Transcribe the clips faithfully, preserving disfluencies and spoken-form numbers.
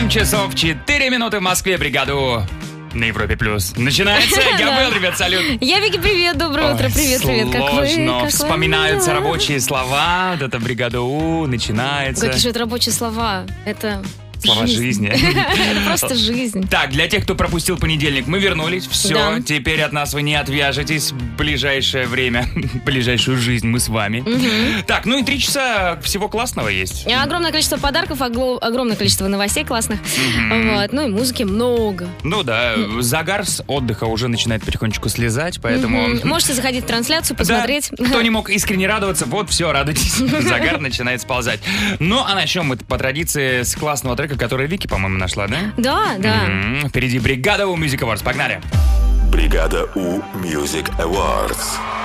семь часов четыре минуты в Москве. Бригаду на Европе Плюс начинается. Я был, ребят, салют. Я Вики, привет, доброе утро, привет, привет. Как вы? Сложно, вспоминаются рабочие слова. Вот это бригада У начинается. Какие же это рабочие слова? Это... Слова жизни. Это просто жизнь. Так, для тех, кто пропустил понедельник, мы вернулись. Все, да. Теперь от нас вы не отвяжетесь в ближайшее время, ближайшую жизнь мы с вами. Угу. Так, ну и три часа всего классного есть. Огромное количество подарков, огромное количество новостей классных. Угу. Вот. Ну и музыки много. Ну да, загар с отдыха уже начинает потихонечку слезать, поэтому... Угу. Можете заходить в трансляцию, посмотреть. Да. Кто не мог искренне радоваться, вот все, радуйтесь. Загар начинает сползать. Ну, а начнем мы по традиции с классного трека, который Вики, по-моему, нашла, да? Да, да. Mm-hmm. Впереди бригада У Music Awards. Погнали. Бригада У Music Awards.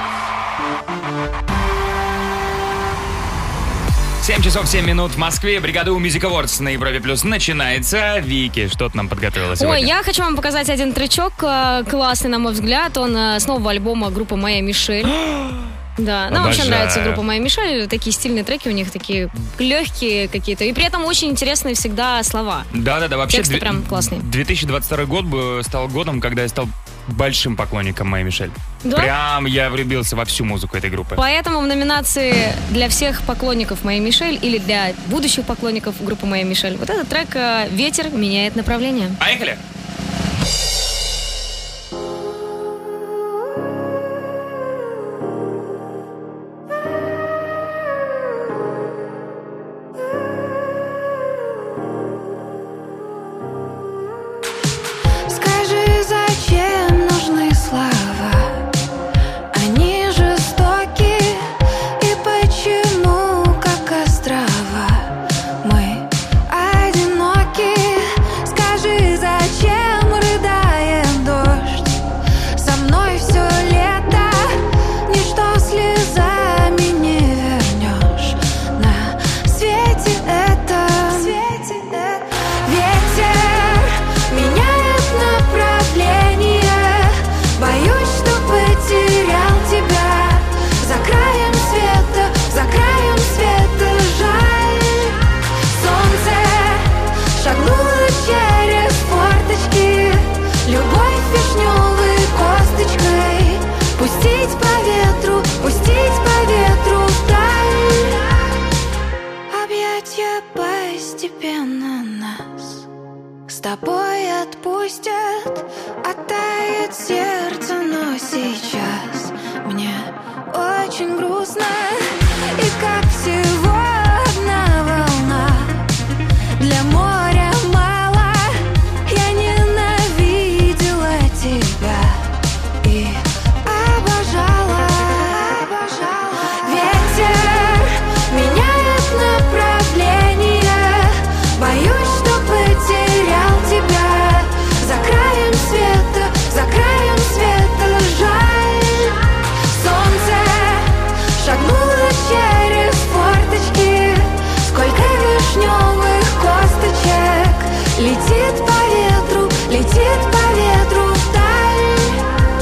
семь часов семь минут в Москве. Бригада У Music Awards на Европе Плюс начинается. Вики, что ты нам подготовила сегодня? Ой, я хочу вам показать один тречок классный, на мой взгляд. Он с нового альбома группы «Моя Мишель». Да, нам вообще нравится группа «Моя Мишель». Такие стильные треки у них, такие легкие какие-то. И при этом очень интересные всегда слова. Да-да-да, вообще... Тексты прям классные. две тысячи двадцать второй год стал годом, когда я стал большим поклонником «Моей Мишель». Да? Прям я влюбился во всю музыку этой группы. Поэтому в номинации для всех поклонников «Моей Мишель» или для будущих поклонников группы «Моя Мишель» вот этот трек «Ветер меняет направление». Поехали! С тобой отпустят, оттает сердце, но сейчас мне очень грустно. И как всего одна волна, для моря мало. Я ненавидела тебя и обожала, обожала. Ветер меняет направление, боюсь, что потерял тебя. За краем света, за краем света жаль. Солнце шагнуло через форточки. Сколько вишневых косточек летит по ветру, летит по ветру вдаль.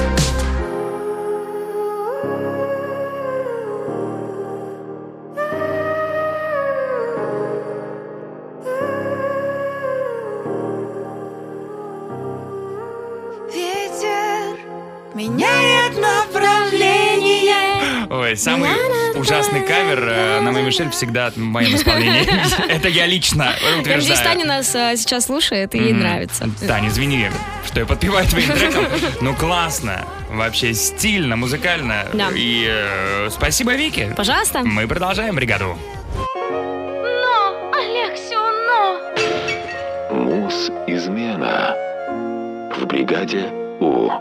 Ветер меняет направление. Ой, самый ужасный кавер э, на «Мою Мишель» всегда в моем исполнении. Это я лично утверждаю. Надеюсь, Таня нас а, сейчас слушает и ей нравится. Таня, извини, что я подпеваю твоим треком. Ну, классно. Вообще стильно, музыкально. Да. И э, спасибо, Вики. Пожалуйста. Мы продолжаем бригаду. Но, Алексио, но. Муз-измена в бригаде У.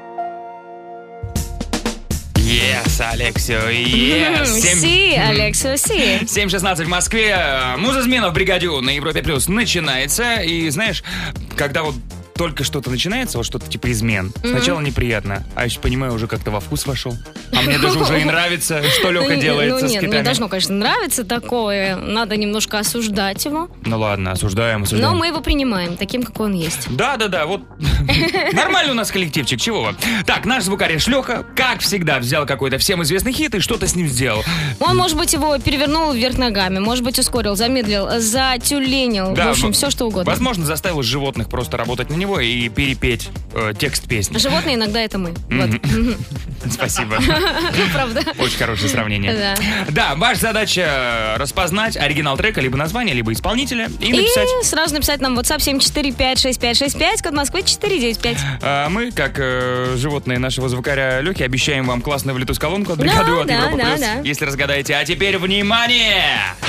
Yes, Алексио, yes. Си, Алексио, си. семь шестнадцать в Москве. Муза-измена в бригаде У на Европе Плюс начинается. И знаешь, когда вот только что-то начинается, вот что-то типа измен, mm-hmm. сначала неприятно, а я понимаю, уже как-то во вкус вошел. А мне даже уже и нравится, что Леха делает со скитами. Ну нет, мне должно, конечно, нравиться такое. Надо немножко осуждать его. Ну ладно, осуждаем, осуждаем. Но мы его принимаем таким, какой он есть. Да-да-да, вот нормальный у нас коллективчик, чего вы. Так, наш звукарь Леха, как всегда, взял какой-то всем известный хит и что-то с ним сделал. Он, может быть, его перевернул вверх ногами, может быть, ускорил, замедлил, затюленил, да, в общем, все что угодно. Возможно, заставил животных просто работать на него и перепеть э, текст песни. Животные иногда это мы. Вот. Спасибо. Ну, правда. Очень хорошее сравнение. Да. Да, ваша задача распознать оригинал трека, либо название, либо исполнителя и написать. И сразу написать нам в WhatsApp семь четыре пять шесть пять шесть пять, код Москвы четыре девять пять. А мы, как э, животные нашего звукаря Лехи, обещаем вам классную Bluetooth-колонку от бригады да, от да, Европа да, Плюс, да. если разгадаете. А теперь внимание!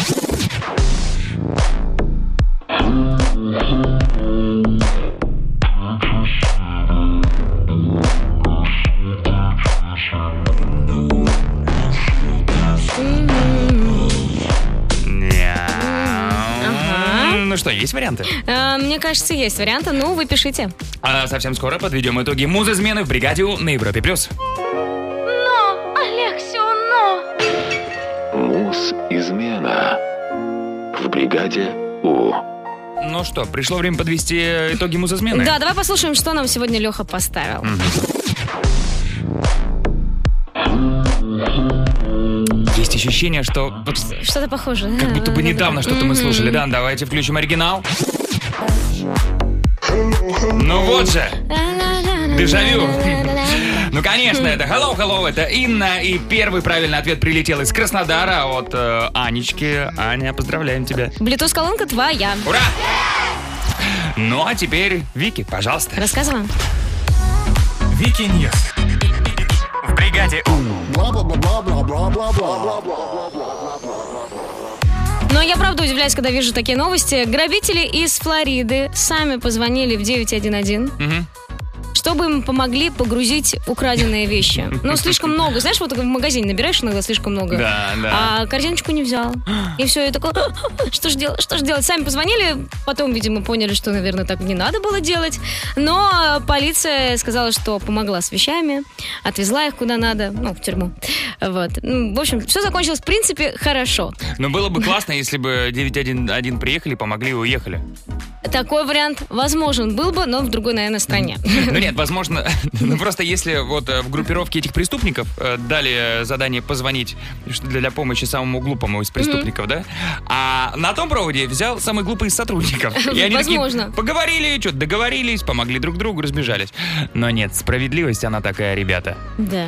Ну что, есть варианты? А, мне кажется, есть варианты. Ну, вы пишите. А совсем скоро подведем итоги муз-измены в бригаде У на Европе плюс. Но, Алексио, но. Муз-измена в бригаде У. Ну что, пришло время подвести итоги муз-измены? Да, давай послушаем, что нам сегодня Леха поставил. Есть ощущение, что... Что-то похожее. Как будто бы недавно что-то мы слушали. Да, давайте включим оригинал. Ну вот же. Дежавю. Ну, конечно, это Hello, Hello, это Инна. И первый правильный ответ прилетел из Краснодара от э, Анечки. Аня, поздравляем тебя. Bluetooth-колонка твоя. Ура! Ну, а теперь Вики, пожалуйста. Рассказываем. Вики Ньюс. В бригаде У. Но я правда удивляюсь, когда вижу такие новости. Грабители из Флориды сами позвонили в девять один один. Угу. Чтобы им помогли погрузить украденные вещи. Ну, слишком много. Знаешь, вот в магазине набираешь иногда слишком много. Да, да. А корзиночку не взял. И все, и такой, что же делать, что же делать? Сами позвонили, потом, видимо, поняли, что, наверное, так не надо было делать. Но полиция сказала, что помогла с вещами, отвезла их куда надо, ну, в тюрьму. Вот. В общем, все закончилось, в принципе, хорошо. Но было бы классно, если бы девять один один приехали, помогли и уехали. Такой вариант возможен был бы, но в другой, наверное, стране. Ну нет, возможно, ну просто если вот в группировке этих преступников э, дали задание позвонить для, для помощи самому глупому из преступников, mm-hmm. да, а на том проводе взял самый глупый из сотрудников. И они возможно. Такие поговорили, что-то договорились, помогли друг другу, разбежались. Но нет, справедливость, она такая, ребята. Да.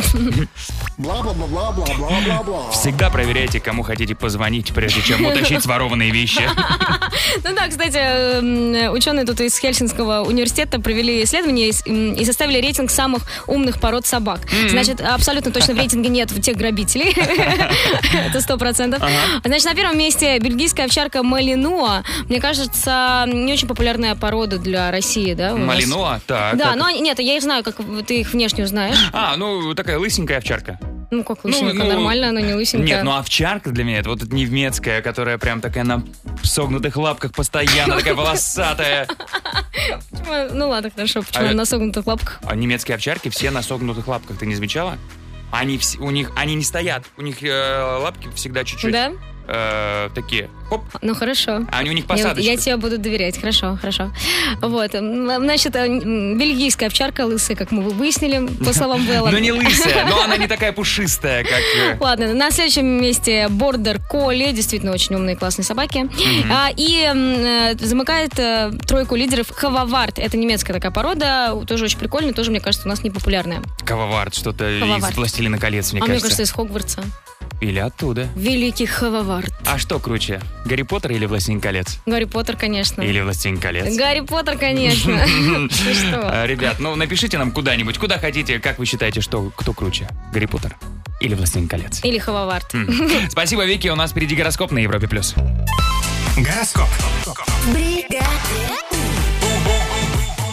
Всегда проверяйте, кому хотите позвонить, прежде чем утащить сворованные вещи. Ну да, кстати, ученые тут из Хельсинского университета провели исследование и составили рейтинг самых умных пород собак. Значит, абсолютно точно в рейтинге нет тех грабителей. Это сто процентов. Значит, на первом месте бельгийская овчарка Малинуа. Мне кажется, не очень популярная порода для России, да? Малинуа? Так. Да, но нет, я их знаю, как ты их внешне узнаешь. А, ну такая лысенькая овчарка. Ну, как лысенькая, ну, ну, нормально, она не лысенькая. Нет, ну овчарка для меня, это вот немецкая, которая прям такая на согнутых лапках постоянно, такая волосатая. Ну ладно, хорошо, почему она на согнутых лапках? А немецкие овчарки все на согнутых лапках, ты не замечала? Они, вс- у них, они не стоят, у них э, лапки всегда чуть-чуть да? э, такие, хоп. Ну хорошо. А они у них посадочки. Я, я тебе буду доверять, хорошо, хорошо. Вот, значит, бельгийская овчарка лысая, как мы выяснили, по словам Белла. Ну не лысая, но она не такая пушистая, как... Ладно, на следующем месте бордер колли, действительно очень умные, классные собаки. И замыкает тройку лидеров Хававард. Это немецкая такая порода, тоже очень прикольная, тоже, мне кажется, у нас не популярная. Хававард, что-то из «Властелина колец», мне кажется. А мне кажется, из Хогвартса. Или оттуда. Великий Хававард. А что круче, Гарри Поттер или «Властелин колец»? Гарри Поттер, конечно. Или «Властелин колец»? Гарри Поттер, конечно. Ты что? Ребят, ну напишите нам куда-нибудь, куда хотите, как вы считаете, что кто круче, Гарри Поттер или «Властелин колец»? Или Хававард. Спасибо, Вики, у нас впереди гороскоп на Европе+. плюс. Гороскоп.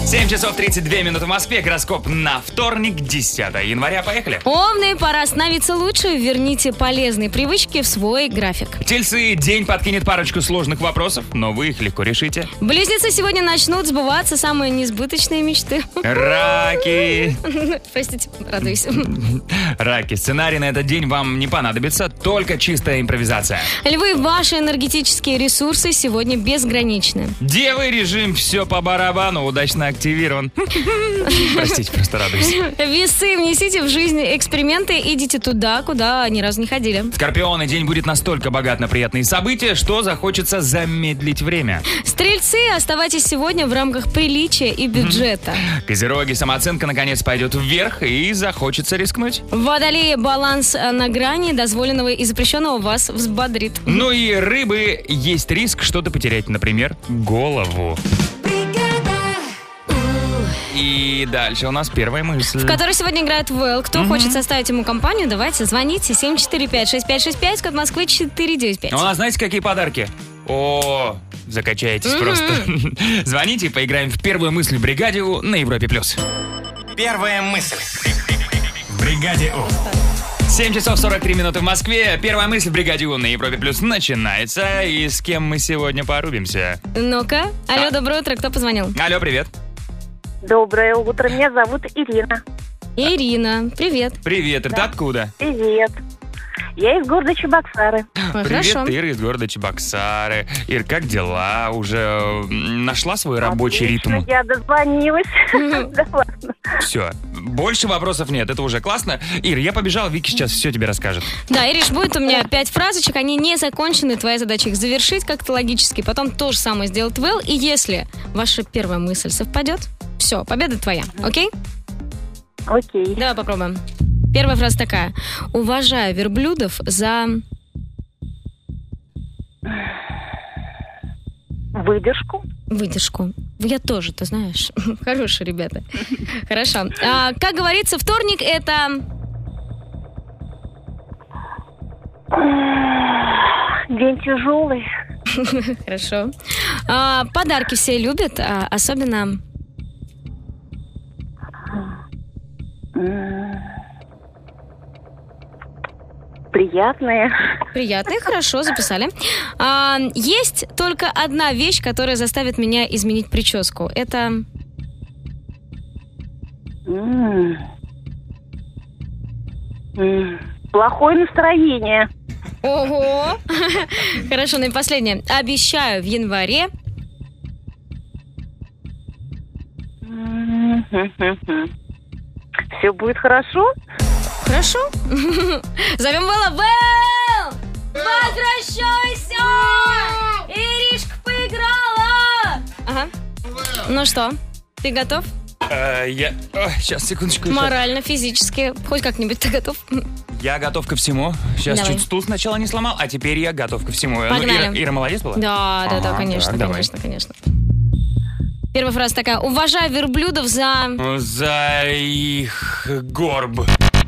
семь часов тридцать две минуты в Москве. Гороскоп на вторник, десятое января. Поехали. Овны, пора становиться лучше. Верните полезные привычки в свой график. Тельцы, день подкинет парочку сложных вопросов, но вы их легко решите. Близнецы, сегодня начнут сбываться самые несбыточные мечты. Раки. Простите, радуюсь. Раки, сценарий на этот день вам не понадобится, только чистая импровизация. Львы, ваши энергетические ресурсы сегодня безграничны. Девы, режим все по барабану, удачно активирован. Простите, просто радуюсь. Весы, внесите в жизнь эксперименты, идите туда, куда ни разу не ходили. Скорпионы, день будет настолько богат на приятные события, что захочется замедлить время. Стрельцы, оставайтесь сегодня в рамках приличия и бюджета. Козероги, самооценка наконец пойдет вверх и захочется рискнуть. Водолеи, баланс на грани дозволенного и запрещенного вас взбодрит. Ну и рыбы, есть риск что-то потерять, например, голову. И дальше у нас первая мысль. В которой сегодня играет Вэл. Кто mm-hmm. хочет составить ему компанию, давайте звоните. семь четыре пять шесть пять шесть пять, код Москвы четыре девять пять. У нас знаете, какие подарки? О, закачаетесь mm-hmm. просто. Звоните и поиграем в первую мысль в бригаде У на Европе+. Первая мысль в бригаде У. семь часов сорок три минуты в Москве. Первая мысль в бригаде У на Европе Плюс начинается. И с кем мы сегодня порубимся? Ну-ка. Алло, а? Доброе утро. Кто позвонил? Алло, привет. Доброе утро. Меня зовут Ирина. Ирина, привет. Привет. Да. Ты откуда? Привет. Я из города Чебоксары. Ой, привет, хорошо. Ира из города Чебоксары. Ир, как дела? Уже нашла свой рабочий Отлично, ритм? я дозвонилась. Да ладно. Все. Больше вопросов нет. Это уже классно. Ир, я побежал. Вики сейчас все тебе расскажет. Да, Ириш, будет у меня пять фразочек. Они не закончены. Твоя задача их завершить как-то логически. Потом то же самое сделает Вэл. И если ваша первая мысль совпадет, все, победа твоя. Окей? Окей. Давай попробуем. Первая фраза такая. Уважаю верблюдов за... Выдержку. Выдержку. Я тоже, ты знаешь. Хорошие ребята. Хорошо. А, как говорится, вторник это... День тяжелый. Хорошо. А, подарки все любят, а, особенно... Приятные. Приятные, хорошо, записали. А, есть только одна вещь, которая заставит меня изменить прическу. Это... М-м. М-м. Плохое настроение. Ого! Хорошо, ну и последнее. Обещаю в январе... Все будет хорошо? Хорошо. Зовем Вэлла. Вэл! Возвращайся! Иришка поиграла! Ага. Ну что, ты готов? Э, я... Ой, сейчас, секундочку. еще. Морально, физически. Хоть как-нибудь ты готов? Я готов ко всему. Сейчас Давай. чуть стул сначала не сломал, а теперь я готов ко всему. Ну, Погнали. Ира, Ира молодец была? Да, да, да, Ага, конечно, так, давай. конечно, конечно. Первая фраза такая. Уважаю верблюдов за... За их горб.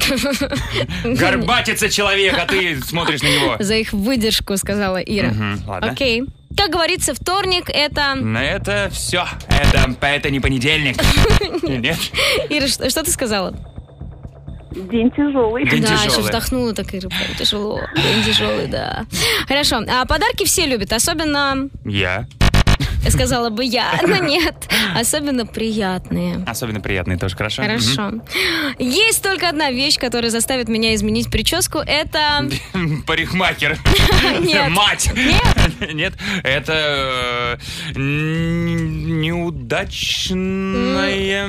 Горбатится человек, а ты смотришь на него. За их выдержку, сказала Ира. Мгм, ладно. Окей. Как говорится, вторник это... На это все. Это, это не понедельник. Нет? Ира, что, что ты сказала? День тяжелый. День да, еще тяжелый. вздохнула так, Ира, прям тяжело. День тяжелый, да. Хорошо. А подарки все любят, особенно... Я. Сказала бы я, но нет. Особенно приятные. Особенно приятный тоже, хорошо. Хорошо. Есть только одна вещь, которая заставит меня изменить прическу. Это... Мгм. Парикмахер. Нет. Мать. Нет. Нет, это э, н- неудачное...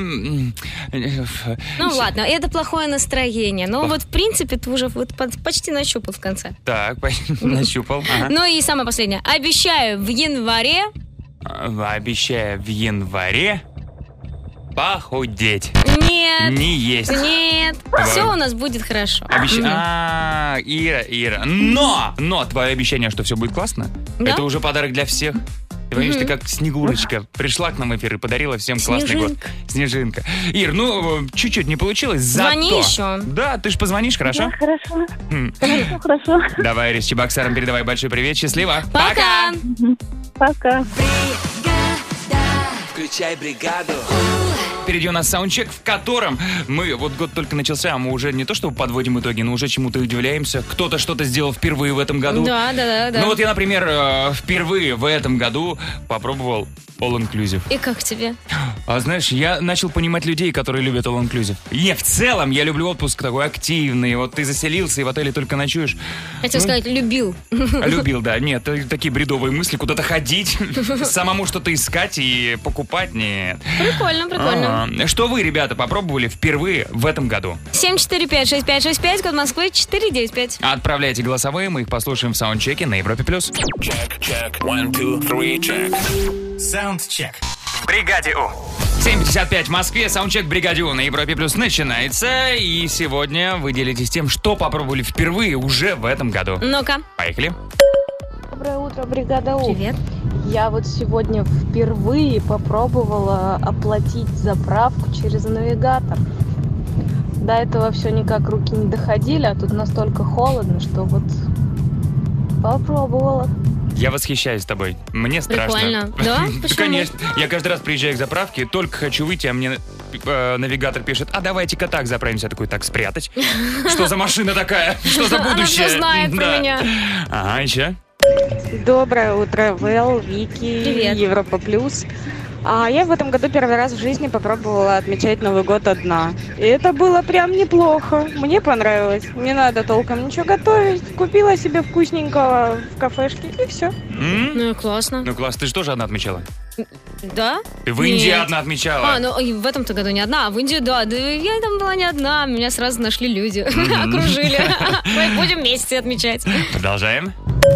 Ну ладно, это плохое настроение. Но вот в принципе ты уже вот под- почти нащупал в конце. Так, нащупал. Ага. Ну и самое последнее. Обещаю в январе... Обещаю в январе похудеть. Нет. Не есть. Нет. Давай. Все у нас будет хорошо. Обещ- Мгм. А, Ира, Ира. Но, но твое обещание, что все будет классно, Да? это уже подарок для всех. Ты понимаешь, ты как Снегурочка пришла к нам в эфир и подарила всем классный год. Снежинка. Снежинка. Ир, ну, чуть-чуть не получилось, зато... Звони еще. Да, ты ж позвонишь, хорошо? Да, хорошо. Хм. Хорошо, хорошо. Давай, Ирис Чебоксарам передавай большой привет, счастливо. Пока. Пока. Включай бригаду. Впереди у нас саундчек, в котором мы, вот год только начался, а мы уже не то чтобы подводим итоги, но уже чему-то удивляемся. Кто-то что-то сделал впервые в этом году. Да, да, да, да. Ну вот я, например, впервые в этом году попробовал all-inclusive. И как тебе? А знаешь, я начал понимать людей, которые любят all-inclusive. Не, в целом, я люблю отпуск такой активный. Вот ты заселился и в отеле только ночуешь. Хотел ну, сказать, любил. Любил, да. Нет, такие бредовые мысли, куда-то ходить, самому что-то искать и покупать, нет. Прикольно, прикольно. А-а-а. Что вы, ребята, попробовали впервые в этом году? семь четыре пять шесть пять шесть пять, код Москвы четыре девять пять. Отправляйте голосовые, мы их послушаем в саундчеке на Европе+. плюс. Check, check, one, two, three, check. Саундчек в бригаде У. семь пятьдесят пять в Москве, саундчек в бригаде У на Европе Плюс начинается. И сегодня вы делитесь тем, что попробовали впервые уже в этом году. Ну-ка. Поехали. Доброе утро, бригада У. Привет. Я вот сегодня впервые попробовала оплатить заправку через навигатор. До этого все никак руки не доходили, а тут настолько холодно, что вот попробовала. Я восхищаюсь тобой. Мне страшно. Прикольно. Да? Почему? Конечно. Я каждый раз приезжаю к заправке, только хочу выйти, а мне э, навигатор пишет: а давайте-ка так заправимся. Я такой: так, спрятать. Что за машина такая? Что за будущее? Она все знает про меня. Ага, еще. Доброе утро, Вэл, Вики, Привет. Европа Плюс. А я в этом году первый раз в жизни попробовала отмечать Новый год одна. И это было прям неплохо. Мне понравилось. Не надо толком ничего готовить. Купила себе вкусненького в кафешке и все. М? Ну, классно. Ну класс, ты же тоже одна отмечала? Да? Ты в Индии Нет. одна отмечала? А, ну и в этом-то году не одна, а в Индии, да. Да я там была не одна, меня сразу нашли люди, окружили. Мы будем вместе отмечать. Продолжаем.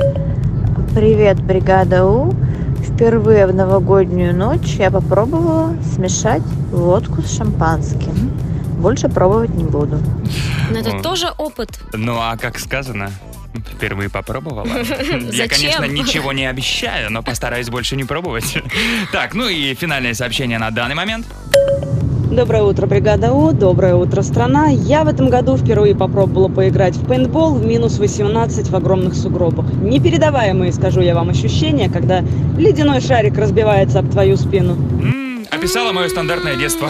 Привет, бригада У. Впервые в новогоднюю ночь я попробовала смешать водку с шампанским. Больше пробовать не буду. Но это О. тоже опыт. Ну, а как сказано, впервые попробовала. Я, Зачем? конечно, ничего не обещаю, но постараюсь больше не пробовать. Так, ну и финальное сообщение на данный момент. Доброе утро, бригада У, доброе утро, страна. Я в этом году впервые попробовала поиграть в пейнтбол в минус восемнадцать в огромных сугробах. Непередаваемые, скажу я вам, ощущения, когда ледяной шарик разбивается об твою спину. М-м, описала мое стандартное детство.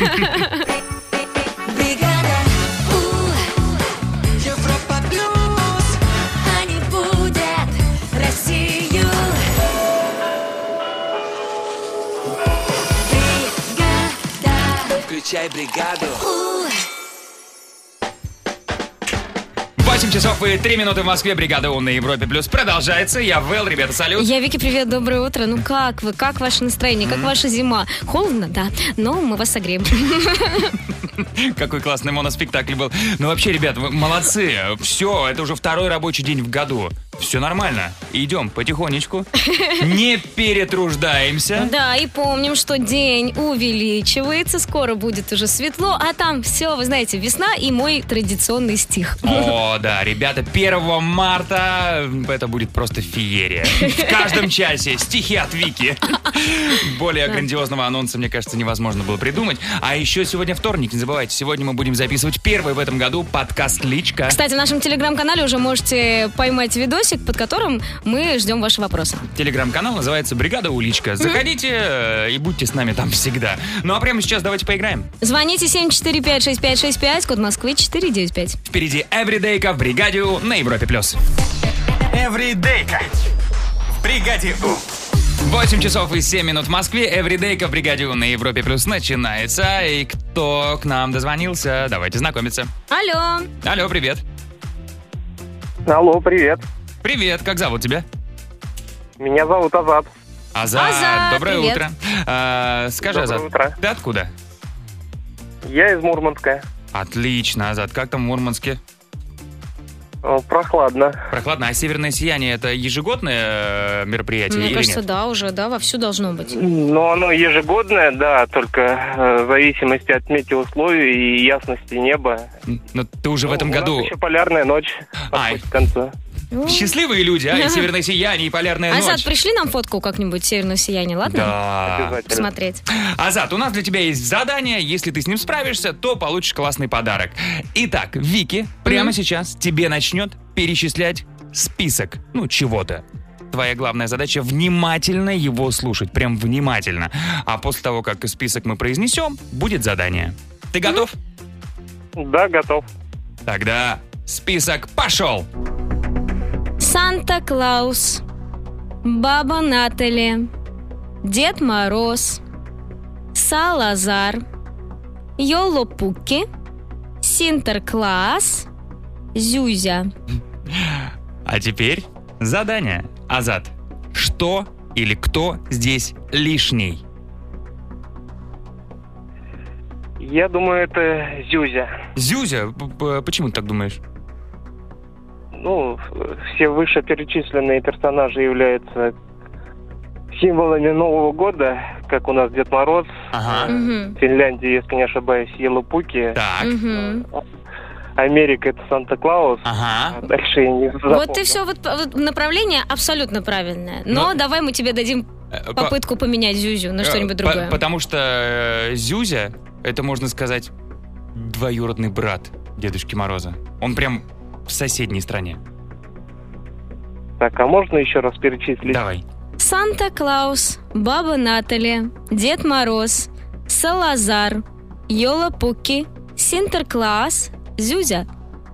Включай бригаду. восемь часов и три минуты в Москве. Бригада У на Европе Плюс продолжается. Я Вэл, ребята, салют. Я Вики, привет, доброе утро. Ну как вы, как ваше настроение, как ваша зима? Холодно, да, но мы вас согреем. Какой классный моноспектакль был. Ну вообще, ребят, вы молодцы. Все, это уже второй рабочий день в году. Все нормально. Идем потихонечку. Не перетруждаемся. Да, и помним, что день увеличивается, скоро будет уже светло, а там все, вы знаете, весна и мой традиционный стих. О, да, ребята, первого марта это будет просто феерия. В каждом часе стихи от Вики. Более грандиозного анонса, мне кажется, невозможно было придумать. А еще сегодня вторник, не забывайте, сегодня мы будем записывать первый в этом году подкаст «Личка». Кстати, в нашем телеграм-канале уже можете поймать видосик, под которым мы ждем ваши вопросы. Телеграм-канал называется «Бригада У Личка». Заходите mm-hmm. и будьте с нами там всегда. Ну а прямо сейчас давайте поиграем. Звоните семь четыре пять шесть пять шесть пять, код Москвы четыре девять пять. Впереди Эвридейка в «Бригаде У» на Европе+. плюс. Эвридейка в «Бригаде У». восемь часов и семь минут в Москве. Эвридейка в «Бригаде У» на Европе Плюс начинается. И кто к нам дозвонился? Давайте знакомиться. Алло. Алло, привет. Алло, привет. Привет, как зовут тебя? Меня зовут Азат. Азат, Азат, доброе привет. утро. А, скажи, Доброе Азат, утро. ты откуда? Я из Мурманска. Отлично, Азат. Как там в Мурманске? О, прохладно. Прохладно. А «Северное сияние» — это ежегодное э, мероприятие Мне или кажется, нет? да, уже, да, вовсю должно быть. Но оно ежегодное, да, только э, в зависимости от метеоусловий и ясности неба. Но ты уже в этом У нас году... еще полярная ночь Ай. подходит к концу. Счастливые люди, а? И «Северное сияние», и «Полярная Азат, ночь». пришли нам фотку как-нибудь «Северное сияние», ладно? Да. Обязательно. Посмотреть. Азат, у нас для тебя есть задание. Если ты с ним справишься, то получишь классный подарок. Итак, Вики прямо Мгм. сейчас тебе начнет перечислять список, ну, чего-то. твоя главная задача внимательно его слушать, прям внимательно. А после того, как список мы произнесем, будет задание. Ты готов? Да, готов. Тогда список пошел. Санта-Клаус, Баба Натали, Дед Мороз, Салазар, Йолопуки, Синтеркласс, Зюзя. А теперь задание. Азат, что или кто здесь лишний? Я думаю, это Зюзя. Зюзя? П- Почему ты так думаешь? Ну, все вышеперечисленные персонажи являются символами Нового года, как у нас Дед Мороз. Ага. В Финляндии, если не ошибаюсь, Йолопуки. Так. Америка — это Санта-Клаус. Ага. А дальше я не запомнил. Вот ты все, вот, вот направление абсолютно правильное. Но, Но- давай мы тебе дадим попытку поменять Зюзю на что-нибудь По- другое. Потому что э, Зюзя, это, можно сказать, двоюродный брат Дедушки Мороза. Он прям в соседней стране. Так, а можно еще раз перечислить? Давай. Санта-Клаус, Баба Натали, Дед Мороз, Салазар, Йолопуки, Синтеркласс, Зюзя.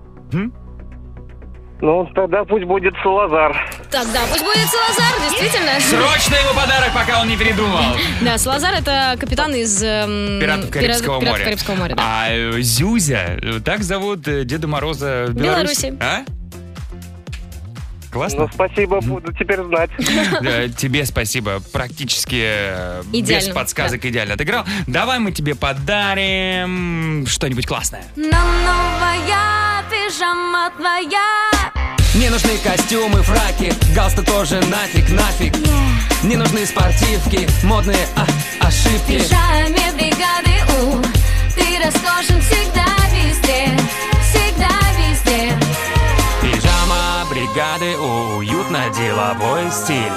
Ну, тогда пусть будет Салазар. Тогда пусть будет Салазар, действительно. Срочно ему подарок, пока он не передумал. Да, Салазар — это капитан из эм, Пиратов Карибского пират- Пиратов моря. Карибского моря, да. А э, Зюзя, э, так зовут э, Деда Мороза в Беларуси. Беларуси. А? Классно? Ну, спасибо, буду теперь знать. Да, тебе спасибо. Практически э, без Идеально, подсказок идеально отыграл. Давай мы тебе подарим что-нибудь классное. Нам новая пижама твоя. Не нужны костюмы, фраки, галстук тоже нафиг, нафиг. Не нужны спортивки, модные а, ошибки. В пижаме бригады У ты роскошен всегда везде, всегда везде. Пижама бригады, уютно-деловой стиль.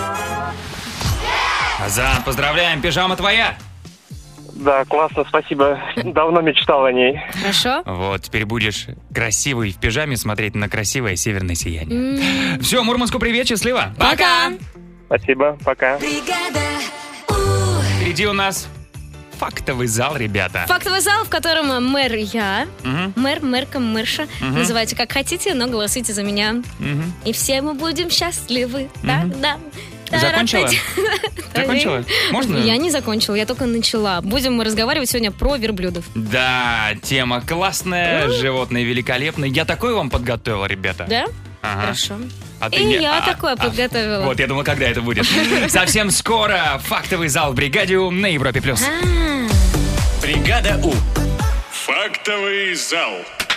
Азат, поздравляем, пижама твоя. Да, классно, спасибо. Давно мечтал о ней. Хорошо. Вот, теперь будешь красивый в пижаме смотреть на красивое северное сияние. Все, Мурманску привет, счастливо. Пока. Спасибо, пока. Впереди у нас фактовый зал, ребята. Фактовый зал, в котором мэр я, Мгм. мэр, мэрка, мэрша. Мгм. Называйте как хотите, но голосуйте за меня. Мгм. И все мы будем счастливы. Мгм. Да, да. Закончила? Закончила? Можно? Я не закончила, я только начала. Будем разговаривать сегодня про верблюдов. Да, тема классная, животные великолепные. Я такое вам подготовила, ребята. Да? Ага. Хорошо. А ты И не- я а- такое а- подготовила. Вот, я думал, когда это будет. Совсем скоро фактовый зал в бригаде У на Европе плюс. Бригада У. Фактовый зал.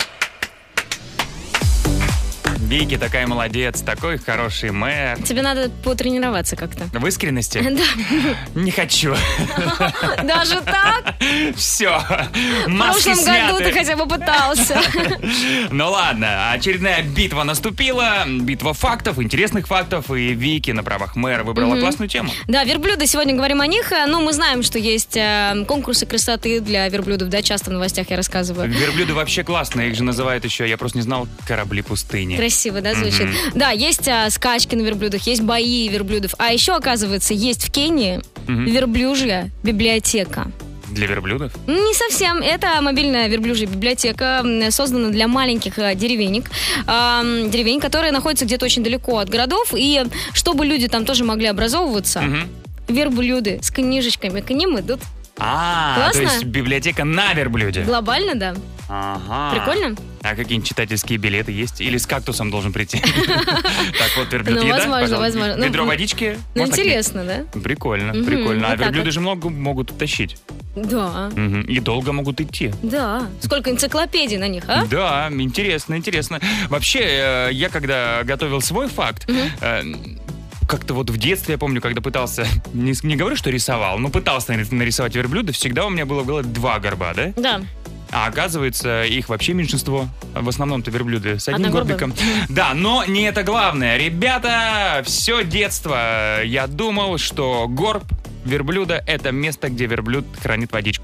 Вики такая молодец, такой хороший мэр. Тебе надо потренироваться как-то. В искренности? Да. Не хочу. Даже так? Все. В Маски прошлом году сняты. ты хотя бы пытался. Ну ладно, очередная битва наступила. Битва фактов, интересных фактов. И Вики на правах мэра выбрала Мгм. классную тему. Да, верблюды, сегодня говорим о них. Ну, мы знаем, что есть э, конкурсы красоты для верблюдов, да, часто в новостях я рассказываю. Верблюды вообще классные, их же называют еще, я просто не знал, корабли пустыни. Красиво, да, звучит? Мгм. Да, есть а, скачки на верблюдах, есть бои верблюдов. А еще, оказывается, есть в Кении Мгм. верблюжья библиотека. Для верблюдов? Не совсем. Это мобильная верблюжья библиотека, м, создана для маленьких а, деревенек, ам, деревень, которые находятся где-то очень далеко от городов. И чтобы люди там тоже могли образовываться, Мгм. верблюды с книжечками к ним идут. А, Классно? то есть библиотека на верблюде. Глобально, да. Ага. Прикольно? А какие-нибудь читательские билеты есть? Или с кактусом должен прийти? Так вот, верблюд Ну, еда, возможно, пожалуйста. возможно. Ну, Ведро м, водички? Ну, Можно к ней? интересно, да? Прикольно, Мгм, прикольно. А вот так верблюды вот. же много могут утащить. Да. Мгм. И долго могут идти. Да. Сколько энциклопедий на них, а? Да, интересно, интересно. Вообще, э, я когда готовил свой факт, э, как-то вот в детстве, я помню, когда пытался, не, не говорю, что рисовал, но пытался нари- нарисовать верблюда, всегда у меня было в голове два горба, да? Да. А оказывается, их вообще меньшинство. В основном-то верблюды с одним Одногорбые. горбиком. Да, но не это главное. Ребята, все детство я думал, что горб верблюда — это место, где верблюд хранит водичку.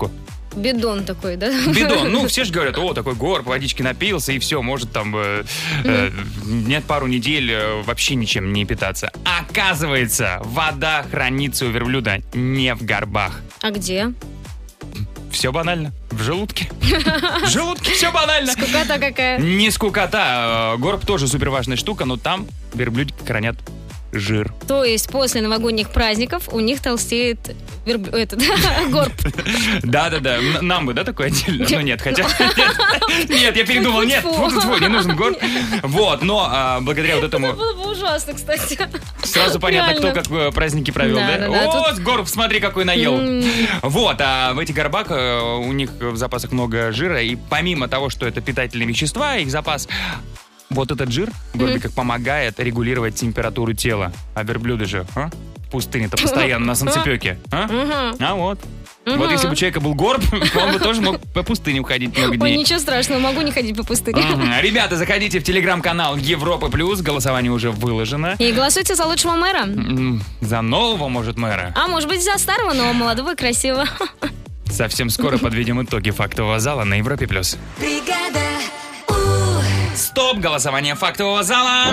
Бидон такой, да? Бидон. Ну, все же говорят, о, такой горб, водички напился, и все, может там э, э, нет пару недель э, вообще ничем не питаться. Оказывается, вода хранится у верблюда не в горбах. А где? Все банально. В желудке. В желудке все банально. Скукота какая. Не скукота. Горб тоже супер важная штука, но там верблюдики хранят жир. То есть после новогодних праздников у них толстеет верб... этот, горб. Да-да-да. Н- Нам бы, да, такое отдельно? Ну нет, хотя... Нет, нет, я передумал. Нет, фу-фу-фу, не нужен горб. Вот, но а, благодаря вот этому... Это было бы ужасно, кстати. Сразу понятно, Реально. кто как праздники провел, да? Да, да, да, О, тут- горб, смотри, какой наел. М. Вот, а в этих горбах э, у них в запасах много жира, и помимо того, что это питательные вещества, их запас... Вот этот жир в горбиках помогает регулировать температуру тела. А верблюды же, а? В пустыне-то постоянно на солнцепеке. А? Мгм. А вот. Мгм. Вот если бы у человека был горб, он бы тоже мог по пустыне уходить много Ой, дней. ничего страшного, могу не ходить по пустыне. Мгм. Ребята, заходите в телеграм-канал Европы Плюс. Голосование уже выложено. И голосуйте за лучшего мэра. М, За нового, может, мэра. А может быть, за старого, но молодого и красивого. Совсем скоро подведем итоги фактового зала на Европе Плюс. Бригада Стоп! Голосование фактового зала!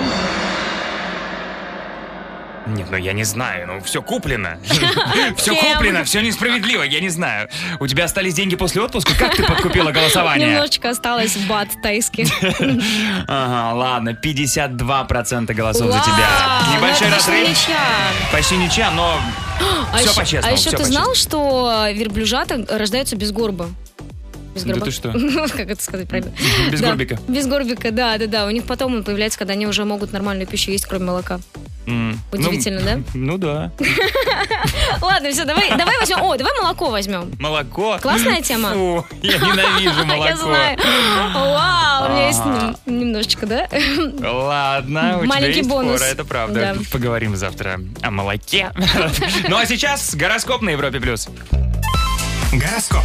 Нет, ну я не знаю, ну все куплено. Все Кем? куплено, все несправедливо, я не знаю. У тебя остались деньги после отпуска? Как ты подкупила голосование? Немножечко осталось бат тайский. Ага, ладно, пятьдесят два процента голосов за Вау, тебя. ну Небольшой это почти разрыв. ничья. Почти ничья, но А все еще- по-честному. А еще всё ты по-честному. знал, что верблюжата рождаются без горба? Без Да горба. ты что? Как это сказать правильно? Без Да, горбика. Без горбика, да, да, да. У них потом он появляется, когда они уже могут нормальную пищу есть, кроме молока. М, Удивительно, ну, да? Ну да. Ладно, все, давай, давай возьмем. О, давай молоко возьмем. Молоко. Классная тема. Фу, я ненавижу молоко. Я знаю. Вау, у меня есть Ага. нем- немножечко, да? Ладно, у Маленький тебя есть бонус. фора, это правда. Да. Поговорим завтра о молоке. Ну а сейчас гороскоп на Европе+. плюс. Гороскоп.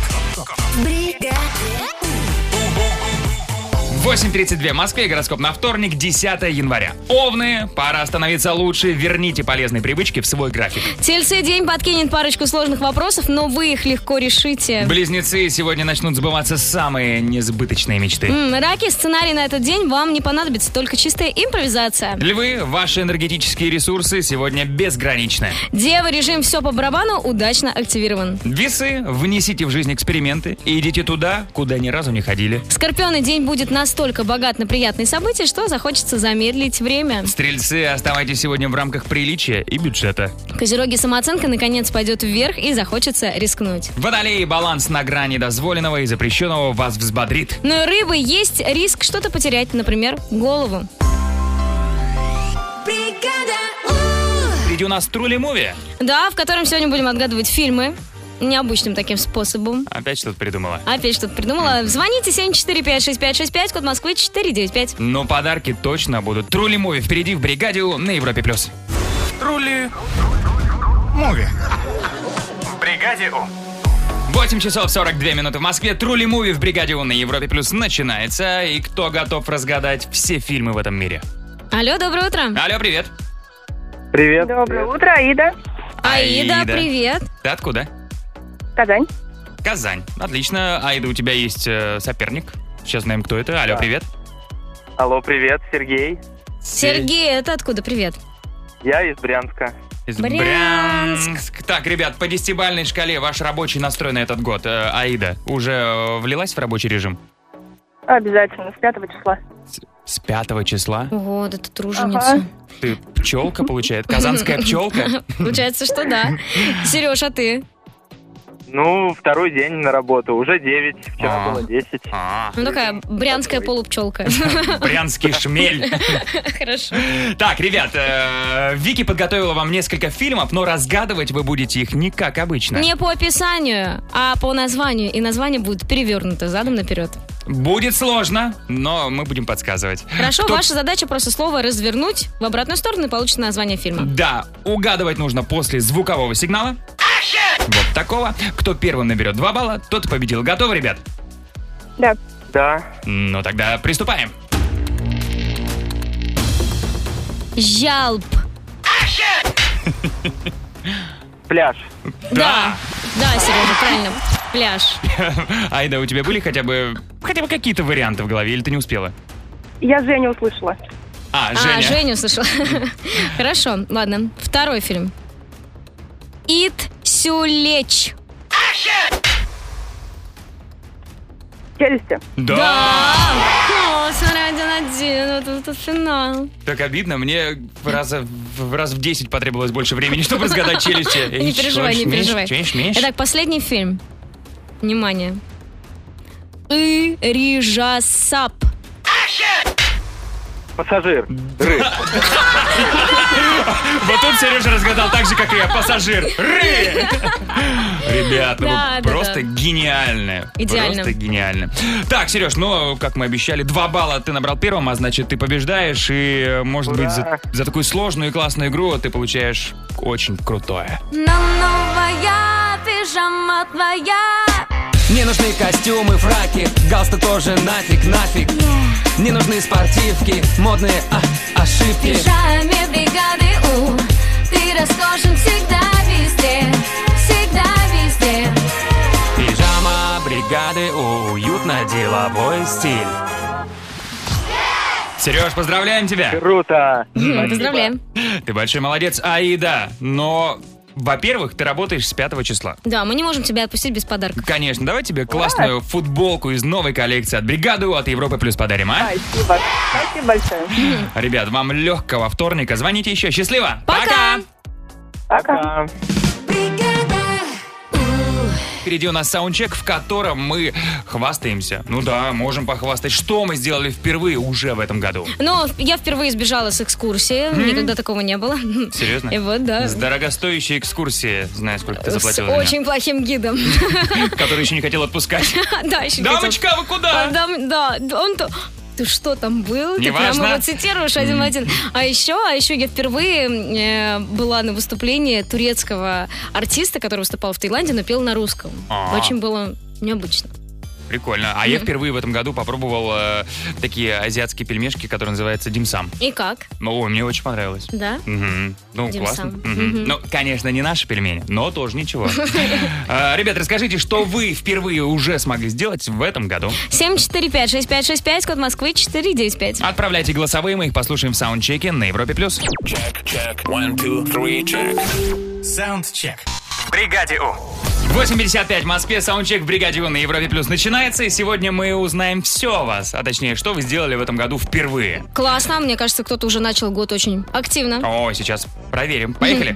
восемь тридцать два в Москве, гороскоп на вторник, десятое января. Овны, пора становиться лучше, верните полезные привычки в свой график. Тельцы, день подкинет парочку сложных вопросов, но вы их легко решите. Близнецы, сегодня начнут сбываться самые несбыточные мечты. М, Раки, сценарий на этот день вам не понадобится, только чистая импровизация. Львы, ваши энергетические ресурсы сегодня безграничны. Девы, режим «все по барабану» удачно активирован. Весы, внесите в жизнь эксперименты и идите туда, куда ни разу не ходили. Скорпионы, день будет настолько богат на приятные события, что захочется замедлить время. Стрельцы, оставайтесь сегодня в рамках приличия и бюджета. Козероги, самооценка наконец пойдет вверх и захочется рискнуть. Водолеи, баланс на грани дозволенного и запрещенного вас взбодрит. Но у рыбы есть риск что-то потерять, например, голову. Впереди у нас Трули Муви. Да, в котором сегодня будем отгадывать фильмы необычным таким способом. Опять что-то придумала. Опять что-то придумала. Звоните семь четыре пять шесть пять шесть пять, код Москвы четыре девять пять. Но подарки точно будут. Трули Муви впереди в бригаде У на Европе+. плюс. Трули Муви. В бригаде У. восемь часов сорок две минуты в Москве. Трули Муви в бригаде У на Европе Плюс начинается. И кто готов разгадать все фильмы в этом мире? Алло, доброе утро. Алло, привет. Привет. Доброе утро, Аида. Аида, Аида. привет. Ты откуда? Казань. Казань. Отлично. Аида, у тебя есть э, соперник. Сейчас знаем, кто это. Алло, привет. Алло, привет, Сергей. Сергей, это откуда? Привет. Я из Брянска. Из Брянск. Брянск. Так, ребят, по десятибалльной шкале ваш рабочий настрой на этот год. Э, Аида, уже э, влилась в рабочий режим? Обязательно, с пятого числа. С пятого числа? Ого, да ты труженица. Ты пчелка, получается? Казанская пчелка? Получается, что да. Сереж, а ты? Ну, второй день на работу. Уже девять, вчера А. было десять. А, Ну, такая брянская полупчелка. брянский шмель. Хорошо. Так, ребят, э, Вики подготовила вам несколько фильмов, но разгадывать вы будете их не как обычно. Не по описанию, а по названию. И название будет перевернуто задом наперед. Будет сложно, но мы будем подсказывать. Хорошо, Кто- ваша задача просто слово развернуть в обратную сторону и получится название фильма. Да, угадывать нужно после звукового сигнала. Вот такого. Кто первым наберет два балла, тот и победил. Готовы, ребят? Да. Да. Ну тогда приступаем. Жалп. Пляж. Да. Да, Сережа, правильно. Пляж. Айда, у тебя были хотя бы хотя бы какие-то варианты в голове, или ты не успела? Я Женю услышала. А, Женя. А, Женю услышала. Хорошо, ладно. Второй фильм. Ит Сюлеч. Челюсти. Да! О, смотри, один-один. Вот это финал. Так обидно, мне в раза, в раз в десять потребовалось больше времени, чтобы разгадать челюсти. Не переживай, не переживай. Меньше, меньше. Итак, последний фильм. Внимание. Ирижасап. Пассажир. Ры. Вот тут Сережа разгадал так же, как и я. Пассажир. Ры. Ребят, ну Да, вы да, просто да. гениальны. Идеально. Просто гениально. Так, Сереж, ну, как мы обещали, два балла ты набрал первым, а значит, ты побеждаешь. И, может быть, за, за такую сложную и классную игру ты получаешь очень крутое. Но новая пижама твоя. Не нужны костюмы, фраки, галстук тоже нафиг, нафиг. Не нужны спортивки, модные а, В ошибки. пижаме бригады У. Ты роскошен всегда везде. Всегда везде. Пижама бригады У, уютно-деловой стиль. Сереж, поздравляем тебя. Круто. М, Поздравляем. Ты большой молодец, Аида. Но, во-первых, ты работаешь с пятого числа. Да, мы не можем тебя отпустить без подарка. Конечно, давай тебе классную футболку из новой коллекции от бригады У от Европы Плюс подарим, а? Спасибо. Спасибо большое. Ребят, вам легкого вторника. Звоните еще. Счастливо. Пока. Пока. Впереди у нас саундчек, в котором мы хвастаемся. Ну да, можем похвастать, что мы сделали впервые уже в этом году. Но я впервые сбежала с экскурсии. Никогда такого не было. Серьезно? И вот, да. С дорогостоящей экскурсии. Знаю, сколько ты С заплатила за очень плохим гидом. нее. Который еще не хотел отпускать. Да, еще не хотел. Дамочка, вы куда? А, дам- Да, он то... Ты что там был? Ты Неважно. прямо его цитируешь один в один. А еще, а еще я впервые э, была на выступлении турецкого артиста, который выступал в Таиланде, но пел на русском. А. Очень было необычно. Прикольно. А я впервые в этом году попробовал э, такие азиатские пельмешки, которые называются димсам. И как? Ой, мне очень понравилось. Да? Мгм. Ну, Димсам. классно. Мгм. Мгм. Ну, конечно, не наши пельмени, но тоже ничего. А, Ребят, расскажите, что вы впервые уже смогли сделать в этом году? семь четыре пять шесть пять шесть пять, код Москвы четыре девять пять. Отправляйте голосовые, мы их послушаем в саундчеке на Европе+. плюс. Check, check. One, two, three, check. Soundcheck. В бригаде У. восемь пятьдесят пять в Москве, саундчек в бригаде У на Европе Плюс начинается, и сегодня мы узнаем все о вас, а точнее, что вы сделали в этом году впервые. Классно, мне кажется, кто-то уже начал год очень активно. О, сейчас проверим. Поехали.